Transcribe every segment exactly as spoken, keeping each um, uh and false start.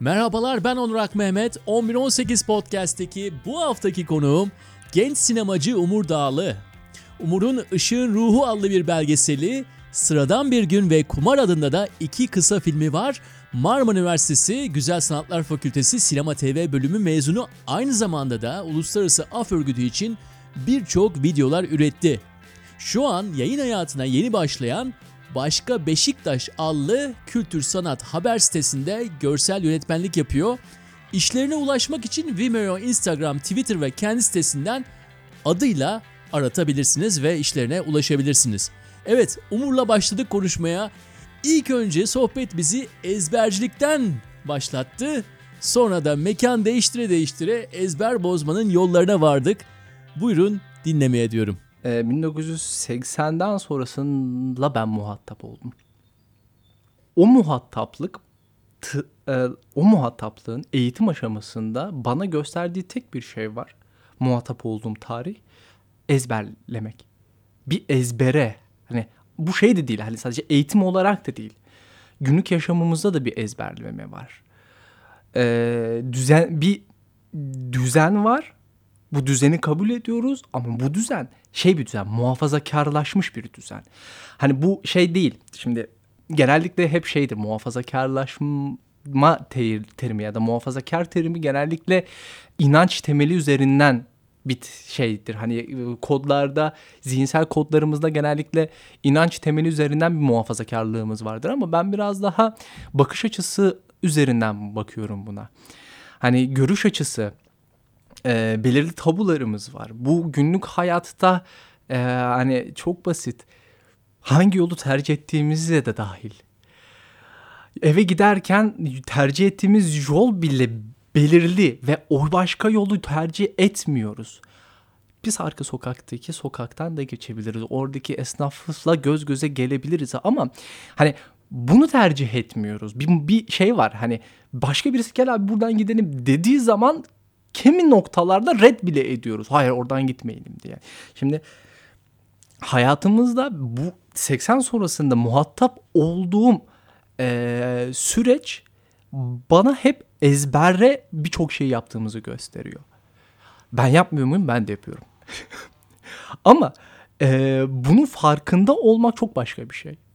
Merhabalar, ben Onur Akmehmet. on bir on sekiz Podcast'teki bu haftaki konuğum genç sinemacı Umur Dağlı. Umur'un Işığın Ruhu adlı bir belgeseli, Sıradan Bir Gün ve Kumar adında da iki kısa filmi var. Marmara Üniversitesi Güzel Sanatlar Fakültesi Sinema T V bölümü mezunu, aynı zamanda da Uluslararası Af Örgütü için birçok videolar üretti. Şu an yayın hayatına yeni başlayan Başka Beşiktaş adlı kültür sanat haber sitesinde görsel yönetmenlik yapıyor. İşlerine ulaşmak için Vimeo, Instagram, Twitter ve kendi sitesinden adıyla aratabilirsiniz ve işlerine ulaşabilirsiniz. Evet, Umur'la başladık konuşmaya. İlk önce sohbet bizi ezbercilikten başlattı. Sonra da mekan değiştire değiştire ezber bozmanın yollarına vardık. Buyurun dinlemeye diyorum. bin dokuz yüz seksenden sonrasında ben muhatap oldum. O muhataplık, t- e, o muhataplığın eğitim aşamasında bana gösterdiği tek bir şey var. Muhatap olduğum tarih, ezberlemek. Bir ezbere, hani bu şey de değil, hani sadece eğitim olarak da değil. Günlük yaşamımızda da bir ezberleme var. Ee, düzen, bir düzen var. Bu düzeni kabul ediyoruz ama bu düzen şey bir düzen, muhafazakarlaşmış bir düzen. Hani bu şey değil. Şimdi genellikle hep şeydir, muhafazakarlaşma ter- terimi ya da muhafazakar terimi genellikle inanç temeli üzerinden bir şeydir. Hani kodlarda, zihinsel kodlarımızda genellikle inanç temeli üzerinden bir muhafazakarlığımız vardır ama ben biraz daha bakış açısı üzerinden bakıyorum buna. Hani görüş açısı, E, belirli tabularımız var. Bu günlük hayatta e, hani çok basit. Hangi yolu tercih ettiğimize de dahil. Eve giderken tercih ettiğimiz yol bile belirli ve o başka yolu tercih etmiyoruz. Biz arka sokaktaki sokaktan da geçebiliriz. Oradaki esnafla göz göze gelebiliriz ama hani bunu tercih etmiyoruz. Bir, bir şey var, hani başka birisi gel abi buradan gidelim dediği zaman kimi noktalarda red bile ediyoruz. Hayır, oradan gitmeyelim diye. Şimdi hayatımızda bu seksen sonrasında muhatap olduğum e, süreç bana hep ezbere birçok şey yaptığımızı gösteriyor. Ben yapmıyor muyum? Ben de yapıyorum. Ama e, bunun farkında olmak çok başka bir şey.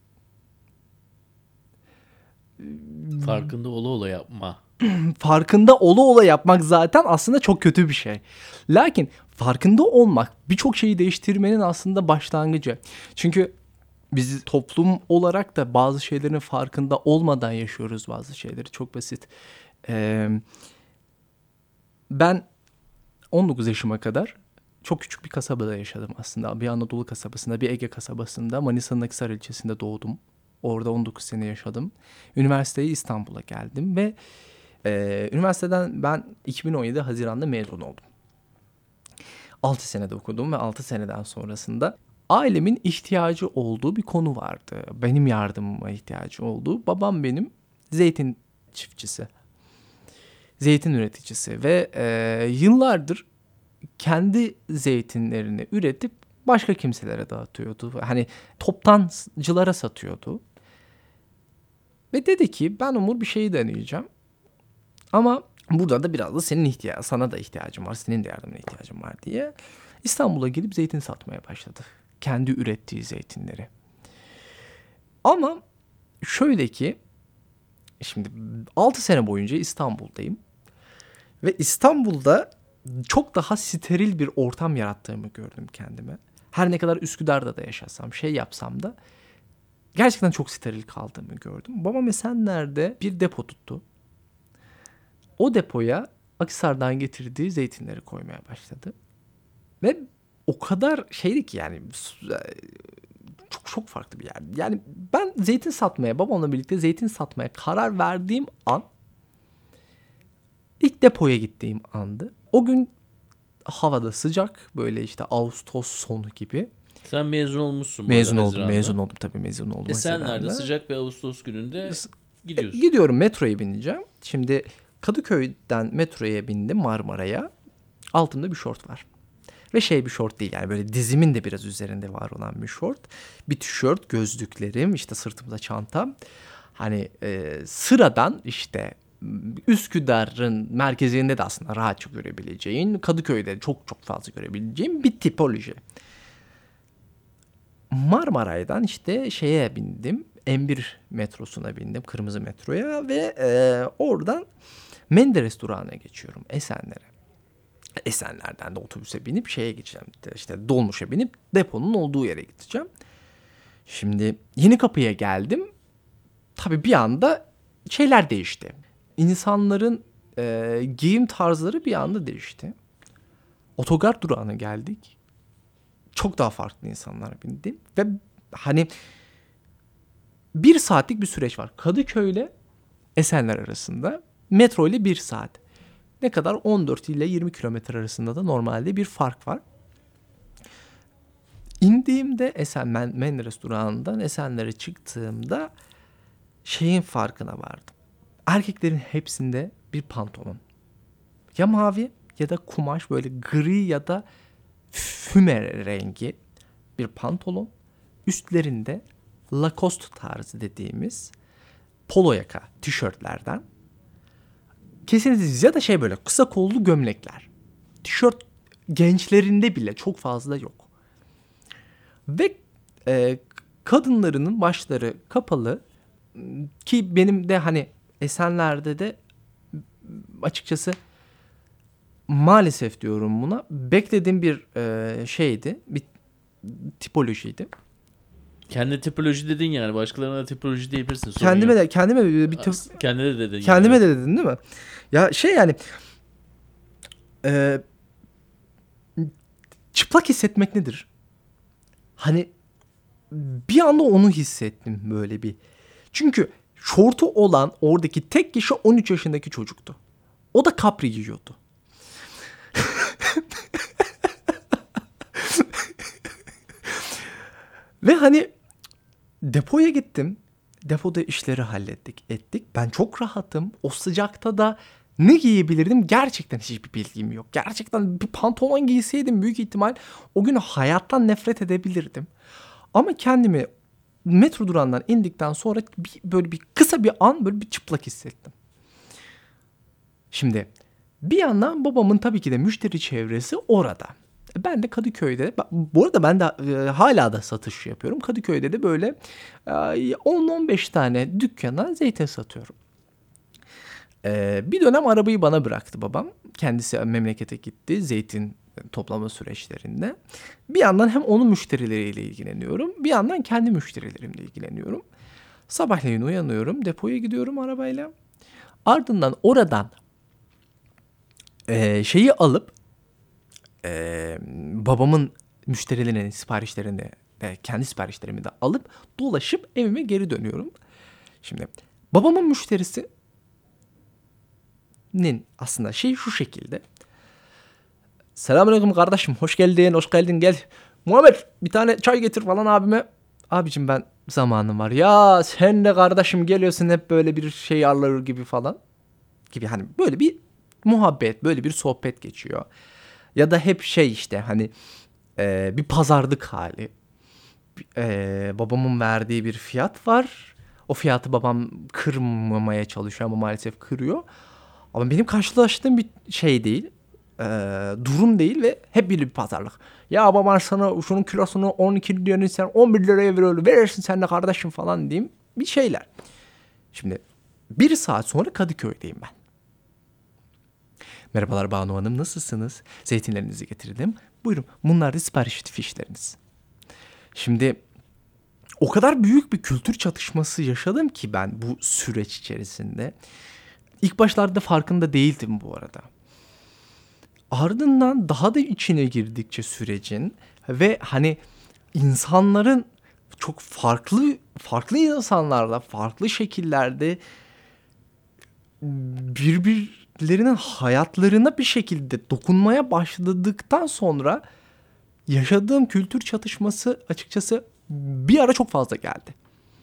Farkında ola ola yapma. Farkında ola ola yapmak zaten aslında çok kötü bir şey. Lakin farkında olmak birçok şeyi değiştirmenin aslında başlangıcı. Çünkü biz toplum olarak da bazı şeylerin farkında olmadan yaşıyoruz bazı şeyleri. Çok basit. Ee, ben on dokuz yaşıma kadar çok küçük bir kasabada yaşadım aslında. Bir Anadolu kasabasında, bir Ege kasabasında, Manisa'nın Akhisar ilçesinde doğdum. Orada on dokuz sene yaşadım. Üniversiteye İstanbul'a geldim ve Ee, üniversiteden ben iki bin on yedi Haziran'da mezun oldum. altı senede okudum ve altı seneden sonrasında ailemin ihtiyacı olduğu bir konu vardı. Benim yardımıma ihtiyacı olduğu. Babam benim zeytin çiftçisi. Zeytin üreticisi ve e, yıllardır kendi zeytinlerini üretip başka kimselere dağıtıyordu. Hani toptancılara satıyordu. Ve dedi ki ben Umur bir şeyi deneyeceğim. Ama burada da biraz da senin ihtiyacın, sana da ihtiyacım var, senin de yardımına ihtiyacım var diye İstanbul'a gelip zeytin satmaya başladı. Kendi ürettiği zeytinleri. Ama şöyle ki, şimdi altı sene boyunca İstanbul'dayım. Ve İstanbul'da çok daha steril bir ortam yarattığımı gördüm kendime. Her ne kadar Üsküdar'da da yaşasam, şey yapsam da gerçekten çok steril kaldığımı gördüm. Babam Esenler'de bir depo tuttu. O depoya Akhisar'dan getirdiği zeytinleri koymaya başladı. Ve o kadar şeydi ki yani çok çok farklı bir yer. Yani ben zeytin satmaya, babamla birlikte zeytin satmaya karar verdiğim an ilk depoya gittiğim andı. O gün havada sıcak, böyle işte Ağustos sonu gibi. Sen mezun olmuşsun. Mezun oldum, Haziran'da. mezun oldum tabii mezun oldum. Esenler'de sıcak bir Ağustos gününde gidiyorsun. Gidiyorum, metroya bineceğim. Şimdi Kadıköy'den metroya bindim Marmara'ya. Altımda bir şort var. Ve şey bir şort değil, yani böyle dizimin de biraz üzerinde var olan bir şort. Bir tişört, gözlüklerim, işte sırtımda çantam. Hani e, sıradan işte Üsküdar'ın merkezinde de aslında rahatça görebileceğin, Kadıköy'de çok çok fazla görebileceğin bir tipoloji. Marmaray'dan işte şeye bindim. M bir metrosuna bindim. Kırmızı metroya ve e, oradan Menderes durağına geçiyorum. Esenler'e. Esenler'den de otobüse binip şeye geçeceğim. İşte dolmuşa binip deponun olduğu yere gideceğim. Şimdi Yenikapı'ya geldim. Tabii bir anda şeyler değişti. İnsanların e, giyim tarzları bir anda değişti. Otogar durağına geldik. Çok daha farklı insanlar bindi. Ve hani bir saatlik bir süreç var. Kadıköy ile Esenler arasında. Metro ile bir saat. Ne kadar? on dört ile yirmi kilometre arasında da normalde bir fark var. İndiğimde Esen Menderes durağından Esenler'e çıktığımda şeyin farkına vardım. Erkeklerin hepsinde bir pantolon. Ya mavi ya da kumaş, böyle gri ya da füme rengi bir pantolon. Üstlerinde Lacoste tarzı dediğimiz polo yaka tişörtlerden. Kesinlikle ya da şey böyle kısa kollu gömlekler. Tişört gençlerinde bile çok fazla yok. Ve e, kadınlarının başları kapalı, ki benim de hani Esenler'de de açıkçası maalesef diyorum buna, beklediğim bir e, şeydi, bir tipolojiydi. Kendi tipoloji dedin yani, başkalarına da tipoloji diyebilirsin. Kendime de kendime bir, bir tip, kendine de dedin. Kendime yani. de dedin değil mi? Ya şey yani e, çıplak hissetmek nedir? Hani bir anda onu hissettim böyle bir. Çünkü şortu olan oradaki tek kişi on üç yaşındaki çocuktu. O da kapri giyiyordu. Ve hani depoya gittim. Depoda işleri hallettik, ettik. Ben çok rahatım. O sıcakta da ne giyebilirdim? Gerçekten hiçbir bilgim yok. Gerçekten bir pantolon giyseydim büyük ihtimal o gün hayattan nefret edebilirdim. Ama kendimi metro durağından indikten sonra bir, böyle bir kısa bir an böyle bir çıplak hissettim. Şimdi bir yandan babamın tabii ki de müşteri çevresi orada. Ben de Kadıköy'de, bu arada ben de e, hala da satış yapıyorum. Kadıköy'de de böyle e, on on beş tane dükkana zeytin satıyorum. E, bir dönem arabayı bana bıraktı babam. Kendisi memlekete gitti zeytin toplama süreçlerinde. Bir yandan hem onun müşterileriyle ilgileniyorum. Bir yandan kendi müşterilerimle ilgileniyorum. Sabahleyin uyanıyorum, depoya gidiyorum arabayla. Ardından oradan e, şeyi alıp e, babamın müşterilerinin siparişlerini, e, kendi siparişlerimi de alıp dolaşıp evime geri dönüyorum. Şimdi babamın müşterisinin aslında şey şu şekilde. Selamünaleyküm kardeşim, hoş geldin, hoş geldin, gel. Muhammed bir tane çay getir falan abime. Abicim ben zamanım var. Ya sen de kardeşim geliyorsun hep böyle bir şey alır gibi falan. Gibi hani böyle bir muhabbet, böyle bir sohbet geçiyor. Ya da hep şey işte hani e, bir pazarlık hali. E, babamın verdiği bir fiyat var. O fiyatı babam kırmamaya çalışıyor ama maalesef kırıyor. Ama benim karşılaştığım bir şey değil. E, durum değil ve hep bir pazarlık. Ya baban sana şunun kilosunu on iki liraya sen on bir liraya veriyor. Verirsin sen de kardeşim falan diyeyim. Bir şeyler. Şimdi bir saat sonra Kadıköy'deyim ben. Merhabalar Banu Hanım, nasılsınız? Zeytinlerinizi getirdim. Buyurun, bunlar da sipariş fişleriniz. Şimdi o kadar büyük bir kültür çatışması yaşadım ki ben bu süreç içerisinde. İlk başlarda farkında değildim bu arada. Ardından daha da içine girdikçe sürecin ve hani insanların çok farklı farklı insanlarla farklı şekillerde birbirlerinin hayatlarına bir şekilde dokunmaya başladıktan sonra yaşadığım kültür çatışması açıkçası bir ara çok fazla geldi.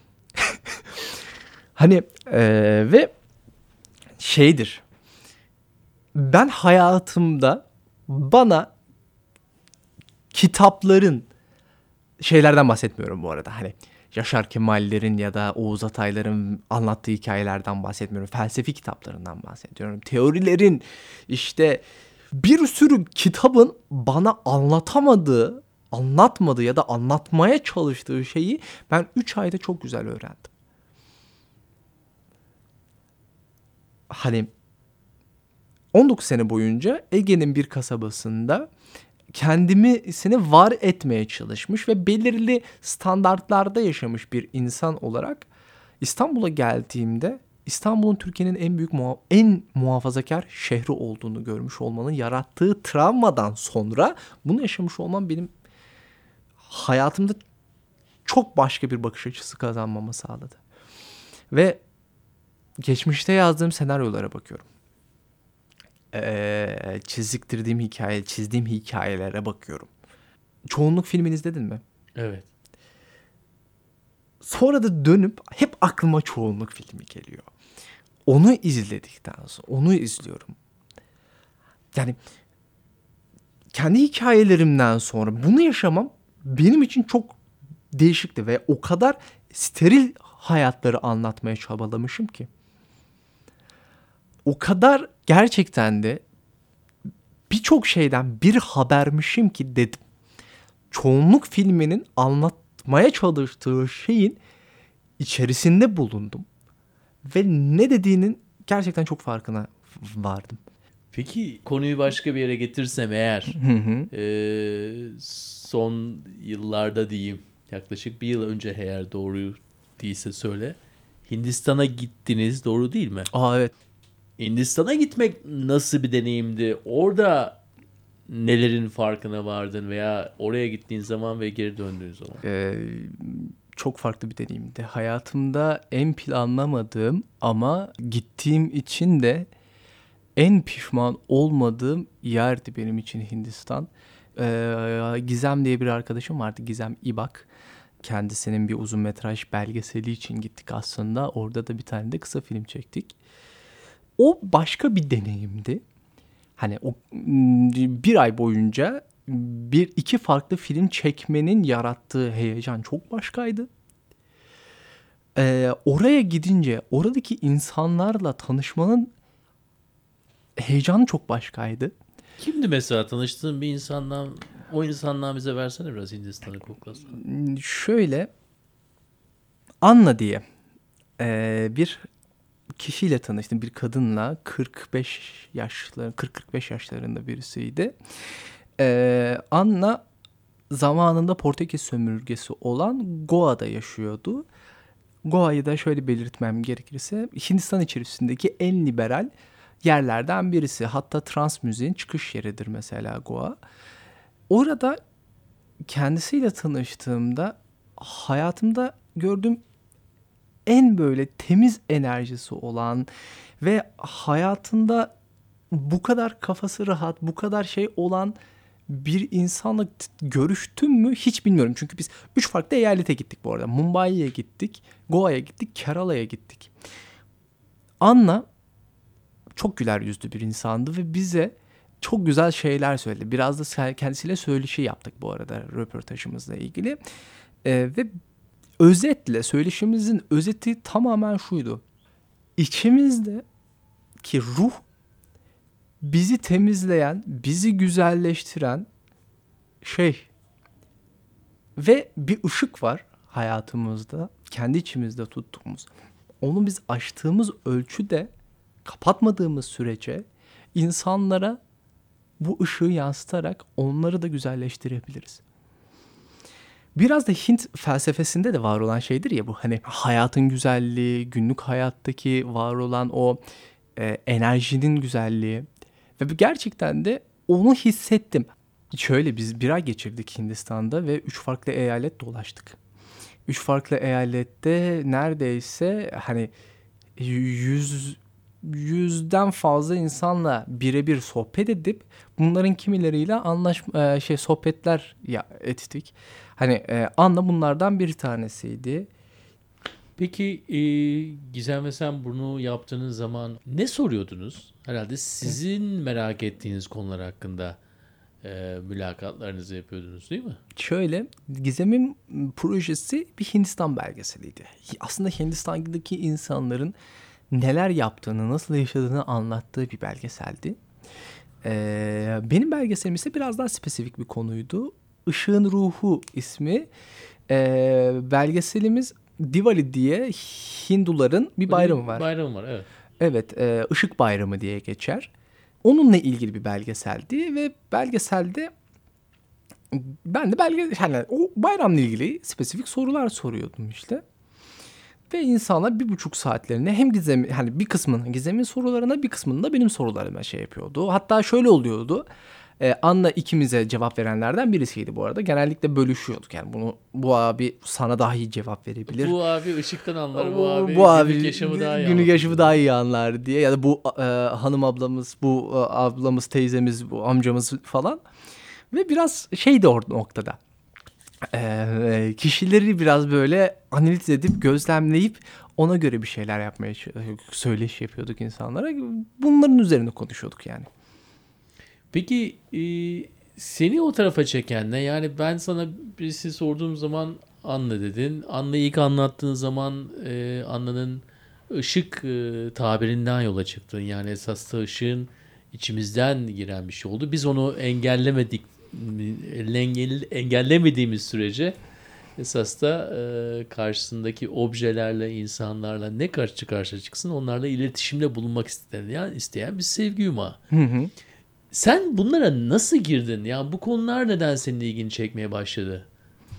Hani e, ve şeydir. Ben hayatımda bana kitapların şeylerden bahsetmiyorum bu arada. Hani Yaşar Kemal'lerin ya da Oğuz Atay'ların anlattığı hikayelerden bahsetmiyorum. Felsefi kitaplarından bahsediyorum. Teorilerin, işte bir sürü kitabın bana anlatamadığı, anlatmadığı ya da anlatmaya çalıştığı şeyi ben üç ayda çok güzel öğrendim. Hani on dokuz sene boyunca Ege'nin bir kasabasında kendisini var etmeye çalışmış ve belirli standartlarda yaşamış bir insan olarak İstanbul'a geldiğimde İstanbul'un Türkiye'nin en büyük muha- en muhafazakar şehri olduğunu görmüş olmanın yarattığı travmadan sonra bunu yaşamış olmam benim hayatımda çok başka bir bakış açısı kazanmamı sağladı. Ve geçmişte yazdığım senaryolara bakıyorum. Ee, çiziktirdiğim hikaye, çizdiğim hikayelere bakıyorum. Çoğunluk filmini izledin mi? Evet. Sonra da dönüp hep aklıma Çoğunluk filmi geliyor. Onu izledikten sonra, onu izliyorum. Yani kendi hikayelerimden sonra bunu yaşamam benim için çok değişikti ve o kadar steril hayatları anlatmaya çabalamışım ki. O kadar gerçekten de birçok şeyden bir habermişim ki dedim. Çoğunluk filminin anlatmaya çalıştığı şeyin içerisinde bulundum. Ve ne dediğinin gerçekten çok farkına vardım. Peki konuyu başka bir yere getirsem eğer, Hı hı. e, son yıllarda diyeyim, yaklaşık bir yıl önce eğer doğru değilse söyle, Hindistan'a gittiniz, doğru değil mi? Aa evet. Hindistan'a gitmek nasıl bir deneyimdi? Orada nelerin farkına vardın veya oraya gittiğin zaman ve geri döndüğün zaman? Ee, çok farklı bir deneyimdi. Hayatımda en planlamadığım ama gittiğim için de en pişman olmadığım yerdi benim için Hindistan. Ee, Gizem diye bir arkadaşım vardı. Gizem İbak. Kendisinin bir uzun metraj belgeseli için gittik aslında. Orada da bir tane de kısa film çektik. O başka bir deneyimdi. Hani o bir ay boyunca bir iki farklı film çekmenin yarattığı heyecan çok başkaydı. Ee, oraya gidince oradaki insanlarla tanışmanın heyecanı çok başkaydı. Kimdi mesela tanıştığın bir insandan, o insandan bize versene biraz Hindistan'ı koklasın. Şöyle Anna diye ee, bir kişiyle tanıştım. Bir kadınla kırk beş yaşlı, kırk kırk beş yaşlarında birisiydi. Ee, Anna zamanında Portekiz sömürgesi olan Goa'da yaşıyordu. Goa'yı da şöyle belirtmem gerekirse Hindistan içerisindeki en liberal yerlerden birisi. Hatta trans müziğin çıkış yeridir mesela Goa. Orada kendisiyle tanıştığımda hayatımda gördüğüm en böyle temiz enerjisi olan ve hayatında bu kadar kafası rahat, bu kadar şey olan bir insanla t- görüştüm mü hiç bilmiyorum. Çünkü biz üç farklı eyalete gittik bu arada. Mumbai'ye gittik, Goa'ya gittik, Kerala'ya gittik. Anna çok güler yüzlü bir insandı ve bize çok güzel şeyler söyledi. Biraz da kendisiyle söyleşi yaptık bu arada röportajımızla ilgili. Ee, ve özetle söyleşimizin özeti tamamen şuydu. İçimizdeki ruh bizi temizleyen, bizi güzelleştiren şey ve bir ışık var hayatımızda, kendi içimizde tuttuğumuz. Onu biz aştığımız ölçüde, kapatmadığımız sürece insanlara bu ışığı yansıtarak onları da güzelleştirebiliriz. Biraz da Hint felsefesinde de var olan şeydir ya bu, hani hayatın güzelliği, günlük hayattaki var olan o e, enerjinin güzelliği ve gerçekten de onu hissettim. Şöyle biz bir ay geçirdik Hindistan'da ve üç farklı eyalet dolaştık. Üç farklı eyalette neredeyse hani yüz yüzden fazla insanla birebir sohbet edip bunların kimileriyle anlaş e, şey sohbetler ya ettik. Hani e, Anna bunlardan bir tanesiydi. Peki e, Gizem ve sen bunu yaptığınız zaman ne soruyordunuz? Herhalde sizin merak ettiğiniz konular hakkında e, mülakatlarınızı yapıyordunuz değil mi? Şöyle, Gizem'in projesi bir Hindistan belgeseliydi. Aslında Hindistan'daki insanların neler yaptığını, nasıl yaşadığını anlattığı bir belgeseldi. Ee, benim belgeselim ise biraz daha spesifik bir konuydu. Işığın Ruhu ismi. Ee, belgeselimiz Diwali diye Hinduların bir bayramı var. Bayram var, evet. Evet, e, Işık Bayramı diye geçer. Onunla ilgili bir belgeseldi ve belgeselde ben de belge yani o bayramla ilgili spesifik sorular soruyordum işte. Ve insanlar bir buçuk saatlerine hem Gizem hani bir kısmının Gizem'in sorularına bir kısmını da benim sorularıma şey yapıyordu. Hatta şöyle oluyordu. Ee, Anna ikimize cevap verenlerden birisiydi bu arada. Genellikle bölüşüyorduk. Yani bunu bu abi sana daha iyi cevap verebilir. Bu abi ışıktan anlar. Bu abi, bu abi günlük yaşamı daha iyi günlük yaşamı anlatır. daha iyi anlar diye. Ya da bu e, hanım ablamız, bu e, ablamız, teyzemiz, bu amcamız falan. Ve biraz şeydi orada noktada. Ee, kişileri biraz böyle analiz edip gözlemleyip ona göre bir şeyler yapmaya söyleşi yapıyorduk insanlara. Bunların üzerine konuşuyorduk yani. Peki e, seni o tarafa çeken ne? Yani ben sana birisi sorduğum zaman Anna dedin. Anna'yı ilk anlattığın zaman e, Anna'nın ışık e, tabirinden yola çıktın. Yani esas da ışığın içimizden giren bir şey oldu. Biz onu engellemedik, engel, engellemediğimiz sürece esas da e, karşısındaki objelerle, insanlarla ne karşı karşıya çıksın onlarla iletişimde bulunmak isteyen, yani isteyen bir sevgi yumağı. Hı hı. Sen bunlara nasıl girdin? Yani bu konular neden senin ilgini çekmeye başladı?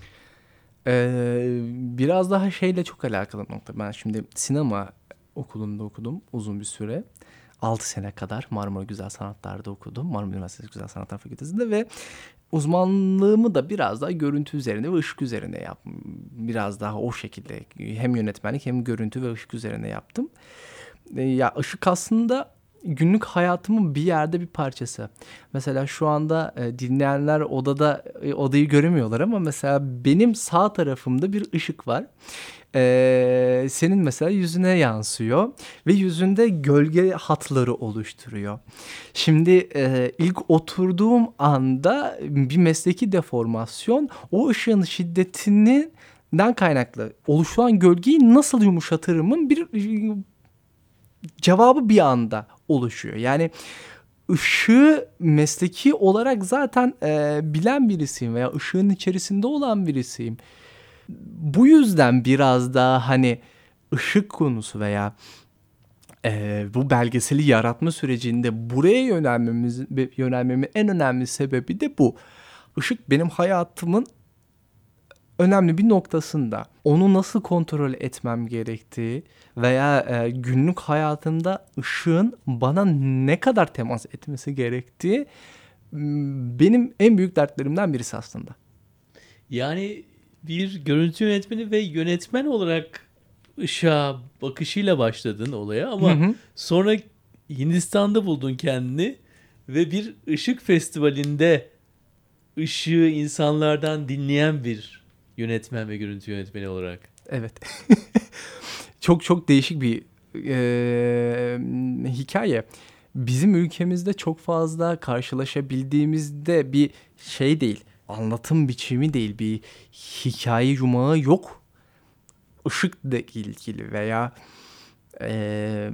Ee, biraz daha şeyle çok alakalı nokta. Ben şimdi sinema okulunda okudum uzun bir süre. altı sene kadar Marmara Güzel Sanatlar'da okudum. Marmara Üniversitesi Güzel Sanatlar Fakültesi'nde ve uzmanlığımı da biraz daha görüntü üzerine ve ışık üzerine yaptım. Biraz daha o şekilde hem yönetmenlik hem görüntü ve ışık üzerine yaptım. Ee, ya ışık aslında günlük hayatımın bir yerde bir parçası. Mesela şu anda e, dinleyenler odada e, odayı göremiyorlar ama mesela benim sağ tarafımda bir ışık var. Ee, senin mesela yüzüne yansıyor ve yüzünde gölge hatları oluşturuyor. Şimdi e, ilk oturduğum anda bir mesleki deformasyon o ışığın şiddetinden kaynaklı oluşan gölgeyi nasıl yumuşatırımın bir e, cevabı bir anda oluşuyor. Yani ışığı mesleki olarak zaten e, bilen birisiyim veya ışığın içerisinde olan birisiyim. Bu yüzden biraz daha hani ışık konusu veya e, bu belgeseli yaratma sürecinde buraya yönelmemiz, yönelmemin en önemli sebebi de bu. Işık benim hayatımın önemli bir noktasında. Onu nasıl kontrol etmem gerektiği veya e, günlük hayatımda ışığın bana ne kadar temas etmesi gerektiği benim en büyük dertlerimden birisi aslında. Yani bir görüntü yönetmeni ve yönetmen olarak ışığa bakışıyla başladın olaya ama Hı hı. sonra Hindistan'da buldun kendini ve bir ışık festivalinde ışığı insanlardan dinleyen bir yönetmen ve görüntü yönetmeni olarak. Evet. Çok çok değişik bir e, hikaye. Bizim ülkemizde çok fazla karşılaşabildiğimizde bir şey değil. Anlatım biçimi değil. Bir hikaye yumağı yok. Işıkla ilgili veya e,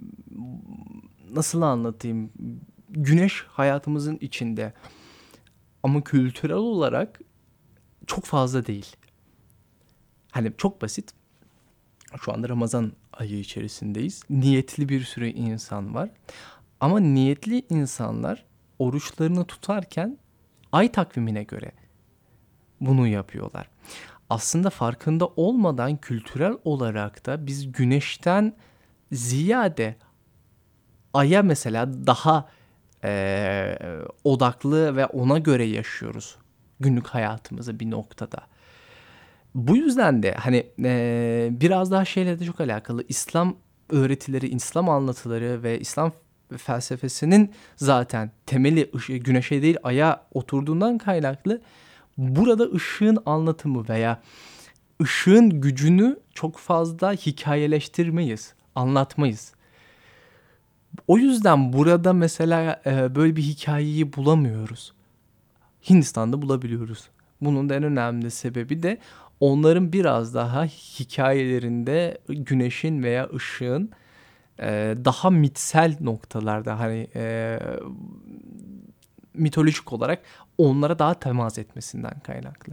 nasıl anlatayım? Güneş hayatımızın içinde. Ama kültürel olarak çok fazla değil. Hani çok basit. Şu anda Ramazan ayı içerisindeyiz. Niyetli bir sürü insan var. Ama niyetli insanlar oruçlarını tutarken ay takvimine göre bunu yapıyorlar. Aslında farkında olmadan kültürel olarak da biz güneşten ziyade aya mesela daha e, odaklı ve ona göre yaşıyoruz günlük hayatımızı bir noktada. Bu yüzden de hani e, biraz daha şeyle de çok alakalı. İslam öğretileri, İslam anlatıları ve İslam felsefesinin zaten temeli ışı, güneşe değil aya oturduğundan kaynaklı burada ışığın anlatımı veya ışığın gücünü çok fazla hikayeleştirmeyiz, anlatmayız. O yüzden burada mesela e, böyle bir hikayeyi bulamıyoruz. Hindistan'da bulabiliyoruz. Bunun da en önemli sebebi de onların biraz daha hikayelerinde güneşin veya ışığın e, daha mitsel noktalarda, hani e, mitolojik olarak onlara daha temas etmesinden kaynaklı.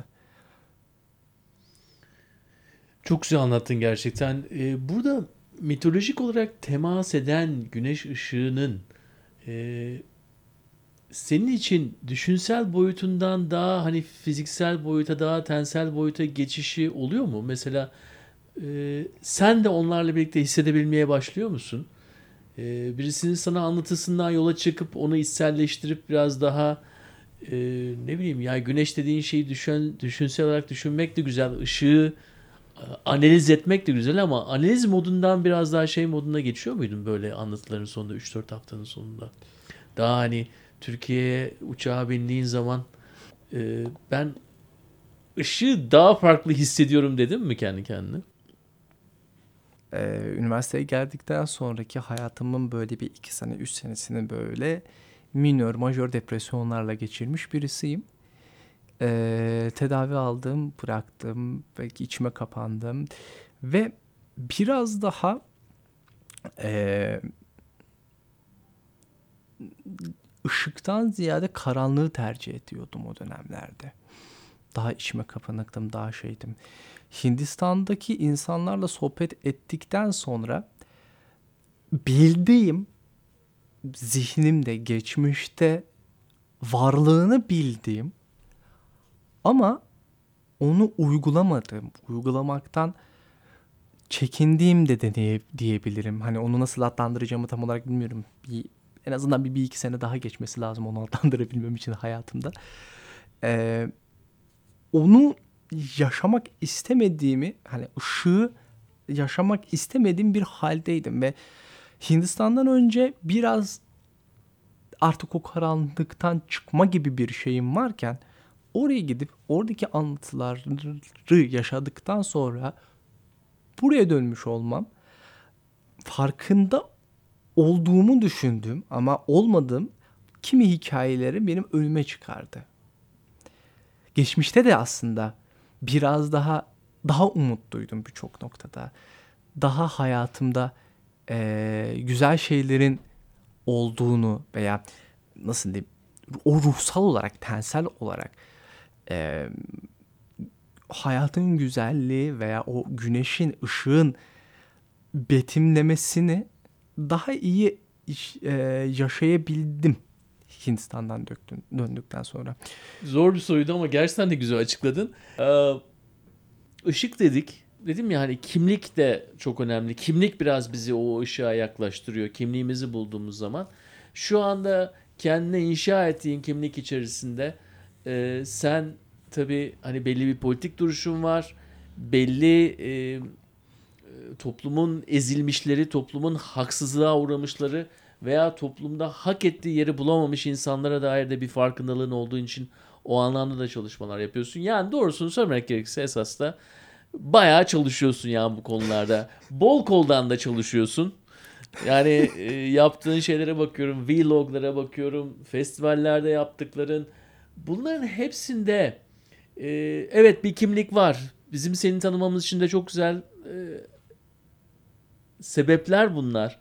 Çok güzel anlattın gerçekten. Ee, burada mitolojik olarak temas eden güneş ışığının e, senin için düşünsel boyutundan daha hani fiziksel boyuta, daha tensel boyuta geçişi oluyor mu? Mesela e, sen de onlarla birlikte hissedebilmeye başlıyor musun? E, birisinin sana anlatısından yola çıkıp onu içselleştirip biraz daha e, ne bileyim ya, güneş dediğin şeyi düşün, düşünsel olarak düşünmek de güzel. Işığı e, analiz etmek de güzel ama analiz modundan biraz daha şey moduna geçiyor muydun böyle anlatıların sonunda, üç dört haftanın sonunda? Daha hani Türkiye'ye uçağa bindiğin zaman e, ben ışığı daha farklı hissediyorum dedim mi kendi kendine? Ee, üniversiteye geldikten sonraki hayatımın böyle bir iki sene, üç senesini böyle minör, majör depresyonlarla geçirmiş birisiyim. Ee, tedavi aldım, bıraktım, belki içime kapandım ve biraz daha e, ışıktan ziyade karanlığı tercih ediyordum o dönemlerde. Daha içime kapanıktım, daha şeydim. Hindistan'daki insanlarla sohbet ettikten sonra bildiğim, zihnimde, geçmişte varlığını bildiğim ama onu uygulamadım, uygulamaktan çekindiğim de deneye, diyebilirim. Hani onu nasıl adlandıracağımı tam olarak bilmiyorum. Bir, en azından bir, bir iki sene daha geçmesi lazım onu adlandırabilmem için hayatımda. Ee, onu yaşamak istemediğimi, hani ışığı yaşamak istemediğim bir haldeydim ve Hindistan'dan önce biraz artık o karanlıktan çıkma gibi bir şeyim varken oraya gidip oradaki anlatıları yaşadıktan sonra buraya dönmüş olmam, farkında olduğumu düşündüğüm ama olmadığım kimi hikayeleri benim önüme çıkardı. Geçmişte de aslında biraz daha daha umutluydum birçok noktada. Daha hayatımda e, güzel şeylerin olduğunu veya nasıl diyeyim, o ruhsal olarak, tensel olarak e, hayatın güzelliği veya o güneşin, ışığın betimlemesini daha iyi e, yaşayabildim Hindistan'dan döktüm, döndükten sonra. Zor bir soruydu ama gerçekten de güzel açıkladın. Ee, ışık dedik. Dedim ya hani kimlik de çok önemli. Kimlik biraz bizi o ışığa yaklaştırıyor. Kimliğimizi bulduğumuz zaman. Şu anda kendine inşa ettiğin kimlik içerisinde e, sen tabii hani belli bir politik duruşun var. Belli e, toplumun ezilmişleri, toplumun haksızlığa uğramışları veya toplumda hak ettiği yeri bulamamış insanlara dair de bir farkındalığın olduğu için o anlamda da çalışmalar yapıyorsun. Yani doğrusunu söylemek gerekirse esas da bayağı çalışıyorsun yani bu konularda. Bol koldan da çalışıyorsun. Yani e, yaptığın şeylere bakıyorum, vloglara bakıyorum, festivallerde yaptıkların. Bunların hepsinde e, evet bir kimlik var. Bizim seni tanımamız için de çok güzel e, sebepler bunlar.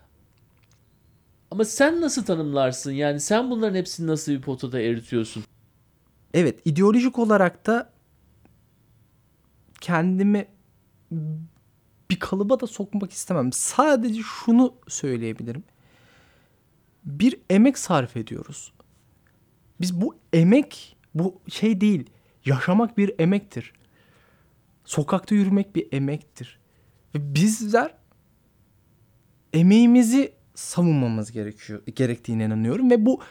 Ama sen nasıl tanımlarsın? Yani sen bunların hepsini nasıl bir potada eritiyorsun? Evet, ideolojik olarak da kendimi bir kalıba da sokmak istemem. Sadece şunu söyleyebilirim. Bir emek sarf ediyoruz. Biz bu emek, bu şey değil. Yaşamak bir emektir. Sokakta yürümek bir emektir. Ve bizler emeğimizi savunmamız gerekiyor, gerektiğine inanıyorum. Ve bu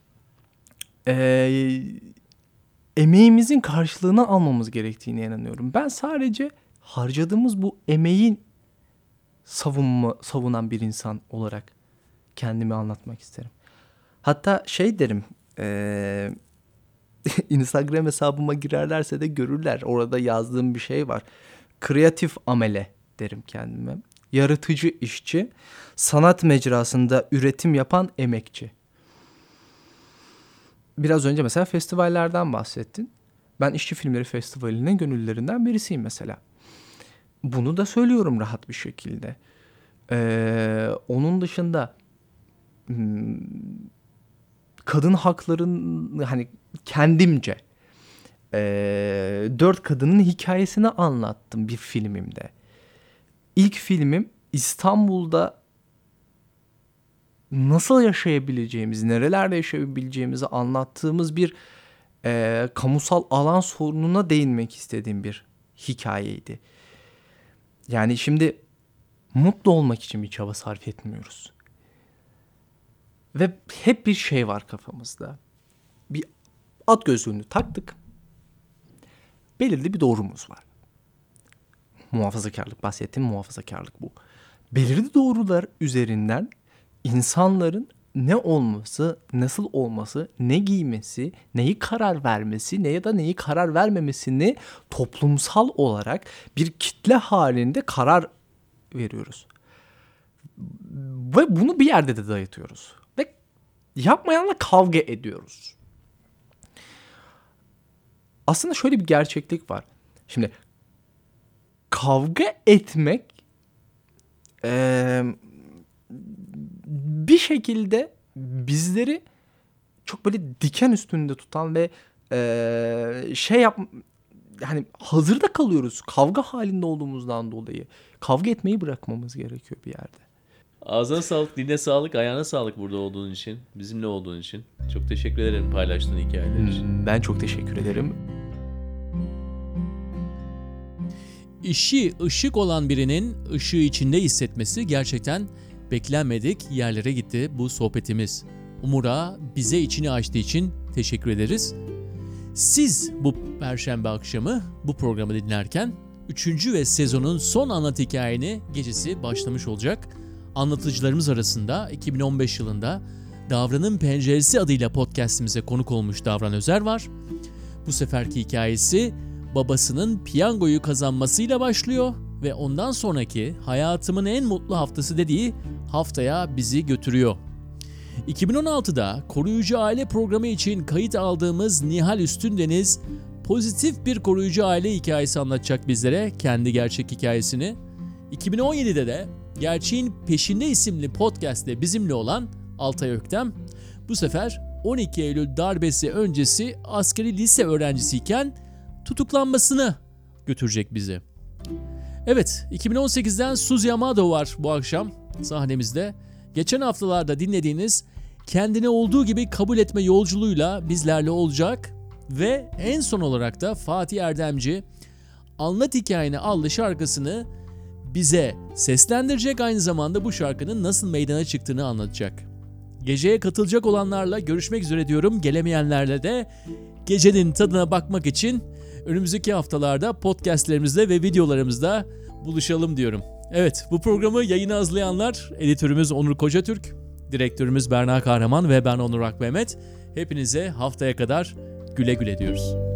e, emeğimizin karşılığını almamız gerektiğine inanıyorum. Ben sadece harcadığımız bu emeğin savunma, savunan bir insan olarak kendimi anlatmak isterim. Hatta şey derim, e, Instagram hesabıma girerlerse de görürler. Orada yazdığım bir şey var. Kreatif amele derim kendime. Yaratıcı işçi, sanat mecrasında üretim yapan emekçi. biraz önce mesela festivallerden bahsettin. Ben İşçi Filmleri Festivali'nin gönüllülerinden birisiyim mesela. Bunu da söylüyorum rahat bir şekilde. Ee, onun dışında kadın hakların hani kendimce e, dört kadının hikayesini anlattım bir filmimde. İlk filmim İstanbul'da nasıl yaşayabileceğimizi, nerelerde yaşayabileceğimizi anlattığımız bir e, kamusal alan sorununa değinmek istediğim bir hikayeydi. Yani şimdi mutlu olmak için bir çaba sarf etmiyoruz. Ve hep bir şey var kafamızda. Bir at gözlüğünü taktık. Belirli bir doğrumuz var. Muhafazakarlık, bahsettiğim muhafazakarlık bu. Belirli doğrular üzerinden insanların ne olması, nasıl olması, ne giymesi, neyi karar vermesi, ne ya da neyi karar vermemesini toplumsal olarak bir kitle halinde karar veriyoruz. Ve bunu bir yerde de dayatıyoruz. Ve yapmayanla kavga ediyoruz. Aslında şöyle bir gerçeklik var. Şimdi kavga etmek eee bir şekilde bizleri çok böyle diken üstünde tutan ve e, şey yap hani hazırda kalıyoruz kavga halinde olduğumuzdan dolayı. Kavga etmeyi bırakmamız gerekiyor bir yerde. Ağzına sağlık, diline sağlık, ayağına sağlık burada olduğun için, bizimle olduğun için. Çok teşekkür ederim paylaştığın hikayeler için. Ben çok teşekkür ederim. İşi ışık olan birinin ışığı içinde hissetmesi gerçekten beklenmedik yerlere gitti bu sohbetimiz. Umur'a bize içini açtığı için teşekkür ederiz. Siz bu perşembe akşamı bu programı dinlerken üçüncü ve sezonun son anlat hikayeni gecesi başlamış olacak. Anlatıcılarımız arasında iki bin on beş yılında Davran'ın Penceresi adıyla podcastimize konuk olmuş Davran Özer var. Bu seferki hikayesi babasının piyangoyu kazanmasıyla başlıyor ve ondan sonraki hayatımın en mutlu haftası dediği haftaya bizi götürüyor. iki bin on altıda Koruyucu Aile programı için kayıt aldığımız Nihal Üstündeniz pozitif bir koruyucu aile hikayesi anlatacak bizlere, kendi gerçek hikayesini. iki bin on yedide de Gerçeğin Peşinde isimli podcast'te bizimle olan Altay Öktem bu sefer on iki Eylül darbesi öncesi askeri lise öğrencisiyken tutuklanmasını götürecek bizi. Evet, iki bin on sekizden Suzy Amado var bu akşam sahnemizde. Geçen haftalarda dinlediğiniz kendini olduğu gibi kabul etme yolculuğuyla bizlerle olacak ve en son olarak da Fatih Erdemci Anlat Hikayeni adlı şarkısını bize seslendirecek, aynı zamanda bu şarkının nasıl meydana çıktığını anlatacak. Geceye katılacak olanlarla görüşmek üzere diyorum. Gelemeyenlerle de gecenin tadına bakmak için önümüzdeki haftalarda podcastlerimizde ve videolarımızda buluşalım diyorum. Evet, bu programı yayına hazırlayanlar editörümüz Onur Kocatürk, direktörümüz Berna Kahraman ve ben Onur Akmehmet. Hepinize haftaya kadar güle güle diyoruz.